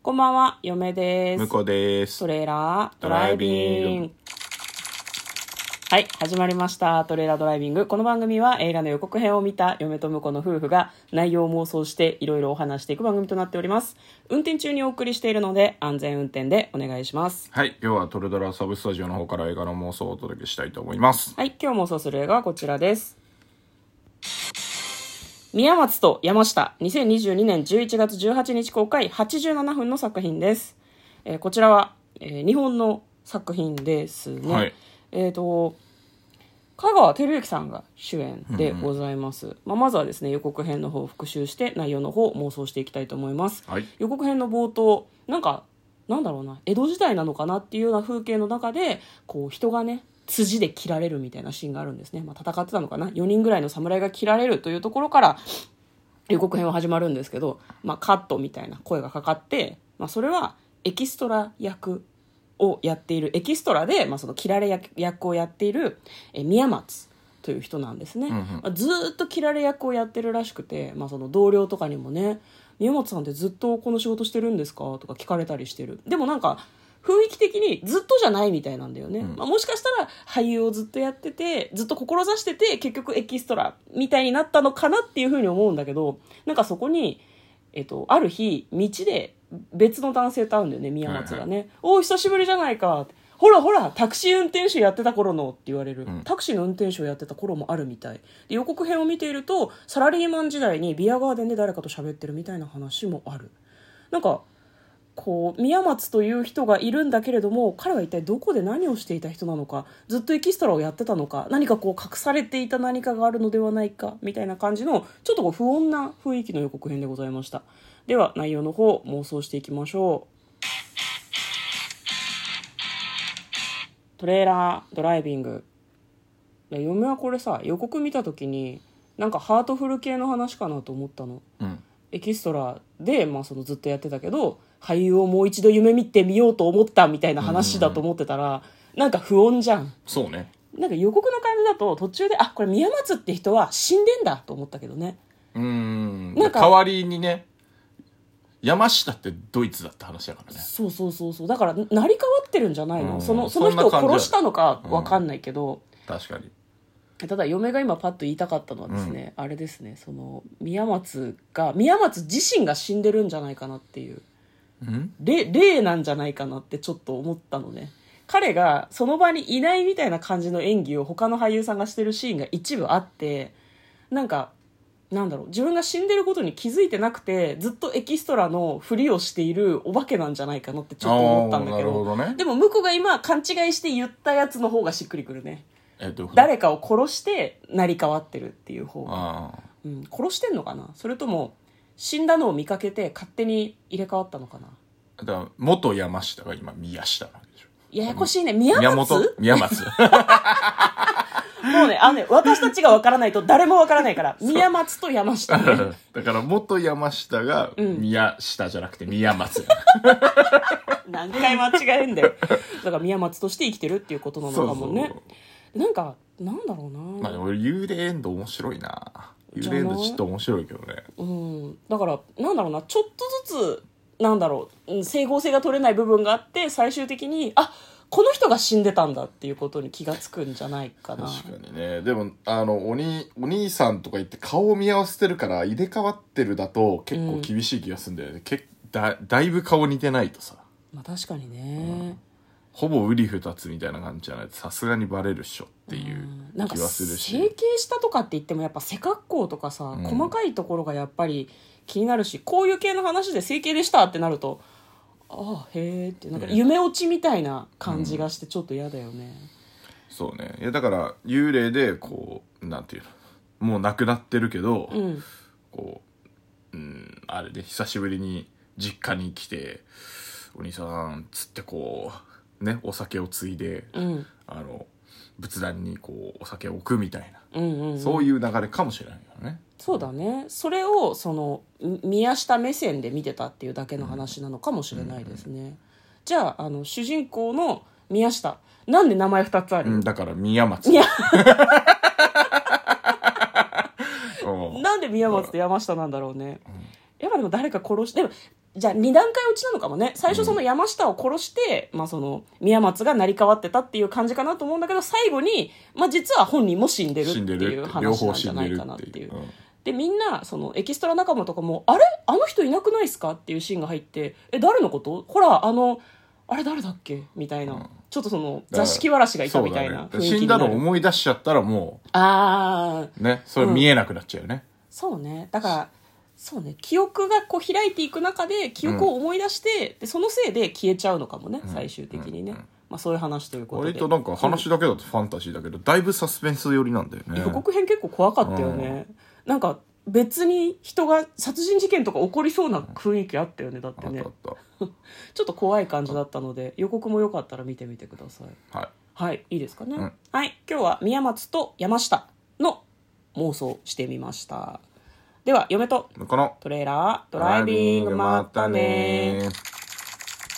こんばんは、嫁です。 向こうです。 トレーラードライビング。はい、始まりました。トレーラードライビング。この番組は映画の予告編を見た嫁と婿の夫婦が内容を妄想していろいろお話していく番組となっております。運転中にお送りしているので安全運転でお願いします。 はい、今日はトレドラサブスタジオの方から映画の妄想をお届けしたいと思います。 はい、今日妄想する映画はこちらです。宮松と山下、2022年11月18日公開、87分の作品です。こちらは、日本の作品ですね。 はい。 香川照之さんが主演でございます。まずはですね、予告編の方を復習して内容の方を妄想していきたいと思います。 はい。 予告編の冒頭、なんだろうな、江戸時代なのかなっていうような風景の中で、こう人がね、辻で切られるみたいなシーンがあるんですね。戦ってたのかな、4人ぐらいの侍が切られるというところから予告編は始まるんですけど、カットみたいな声がかかって、それはエキストラ役をやっている、エキストラで、その切られ役をやっている宮松という人なんですね。ずーっと切られ役をやってるらしくて、その同僚とかにもね、宮松さんってずっとこの仕事してるんですかとか聞かれたりしてる。でも雰囲気的にずっとじゃないみたいなんだよね。もしかしたら俳優をずっとやってて、ずっと志してて、結局エキストラみたいになったのかなっていうふうに思うんだけど、そこに、ある日、道で別の男性と会うんだよね、宮松がね。おー、久しぶりじゃないかって。ほらほら、タクシー運転手やってた頃のって言われる。タクシーの運転手をやってた頃もあるみたい。で、予告編を見ていると、サラリーマン時代にビアガーデンで誰かと喋ってるみたいな話もある。宮松という人がいるんだけれども、彼は一体どこで何をしていた人なのか、ずっとエキストラをやってたのか、何か隠されていた何かがあるのではないかみたいな感じのちょっと不穏な雰囲気の予告編でございました。では内容の方妄想していきましょう。トレーラードライビング。嫁はこれさ、予告見た時にハートフル系の話かなと思ったの。エキストラで、そのずっとやってたけど、俳優をもう一度夢見てみようと思ったみたいな話だと思ってたら、不穏じゃん。 そうね。 予告の感じだと途中で、これ宮松って人は死んでんだと思ったけどね。 代わりにね、山下ってドイツだった話だからね。 そう。だから、成り代わってるんじゃないの？その人を殺したのかわかんないけど。 確かに。 ただ嫁が今パッと言いたかったのはですね、あれですね、宮松自身が死んでるんじゃないかなっていう、霊なんじゃないかなってちょっと思ったのね。彼がその場にいないみたいな感じの演技を他の俳優さんがしてるシーンが一部あって、自分が死んでることに気づいてなくてずっとエキストラのふりをしているお化けなんじゃないかなってちょっと思ったんだけど、 ね、 でも向こうが今勘違いして言ったやつの方がしっくりくるね。誰かを殺して成り代わってるっていう方が、殺してんのかな、それとも死んだのを見かけて勝手に入れ替わったのかな。 だから元山下が今宮下なわけでしょ。 ややこしいね。宮松宮松もうね、私たちが分からないと誰も分からないから宮松と山下、ね、 だから元山下が宮下じゃなくて宮松何回間違えんだよ。だから宮松として生きてるっていうことなのかもね。なんだろうな。 俺幽霊エンド面白いな。幽霊エンドちょっと面白いけどね。 だからちょっとずつ整合性が取れない部分があって、最終的にこの人が死んでたんだっていうことに気がつくんじゃないかな。 確かにね。でもお兄さんとか言って顔を見合わせてるから入れ替わってるだと結構厳しい気がするんだよね。だいぶ顔似てないとさ。 確かにね。 ほぼウリ二つみたいな感じじゃないとさすがにバレるっしょっていう気はするし、 整形したとかって言ってもやっぱ背格好とかさ、細かいところがやっぱり気になるし、こういう系の話で整形でしたってなるとへーって夢落ちみたいな感じがしてちょっと嫌だよね。 そうね。いやだから幽霊でなんていうの、もう亡くなってるけど、あれで久しぶりに実家に来てお兄さんつってお酒をついで、仏壇にお酒を置くみたいな、そういう流れかもしれないよね。 そうだね。それを宮下目線で見てたっていうだけの話なのかもしれないですね。じゃあ主人公の宮下、なんで名前2つある？ だから宮松なんで宮松と山下なんだろうね。やっぱでも誰か殺し、でもじゃあ2段階落ちなのかもね。最初その山下を殺して、まあその宮松が成り代わってたっていう感じかなと思うんだけど、最後に、まあ実は本人も死んでるっていう話なんじゃないかなっていう。で、みんな、そのエキストラ仲間とかも、あれあの人いなくないっすかっていうシーンが入って、誰のこと？ほら、あれ誰だっけみたいな。ちょっとその座敷わらしがいたみたいな雰囲気になる。 死んだの思い出しちゃったらもう、ね、それ見えなくなっちゃうよね。 そうね。だから、そうね、記憶がこう開いていく中で記憶を思い出して、でそのせいで消えちゃうのかもね、最終的にね、まあ、そういう話ということで割となんか話だけだとファンタジーだけど、だいぶサスペンス寄りなんだよね。 予告編結構怖かったよね、なんか別に人が殺人事件とか起こりそうな雰囲気あったよね、だってねあったちょっと怖い感じだったので、予告もよかったら見てみてください。 はい、 はい、いいですかね、はい、今日は宮松と山下の妄想してみました。では嫁とこのトレーラードライビング、またね。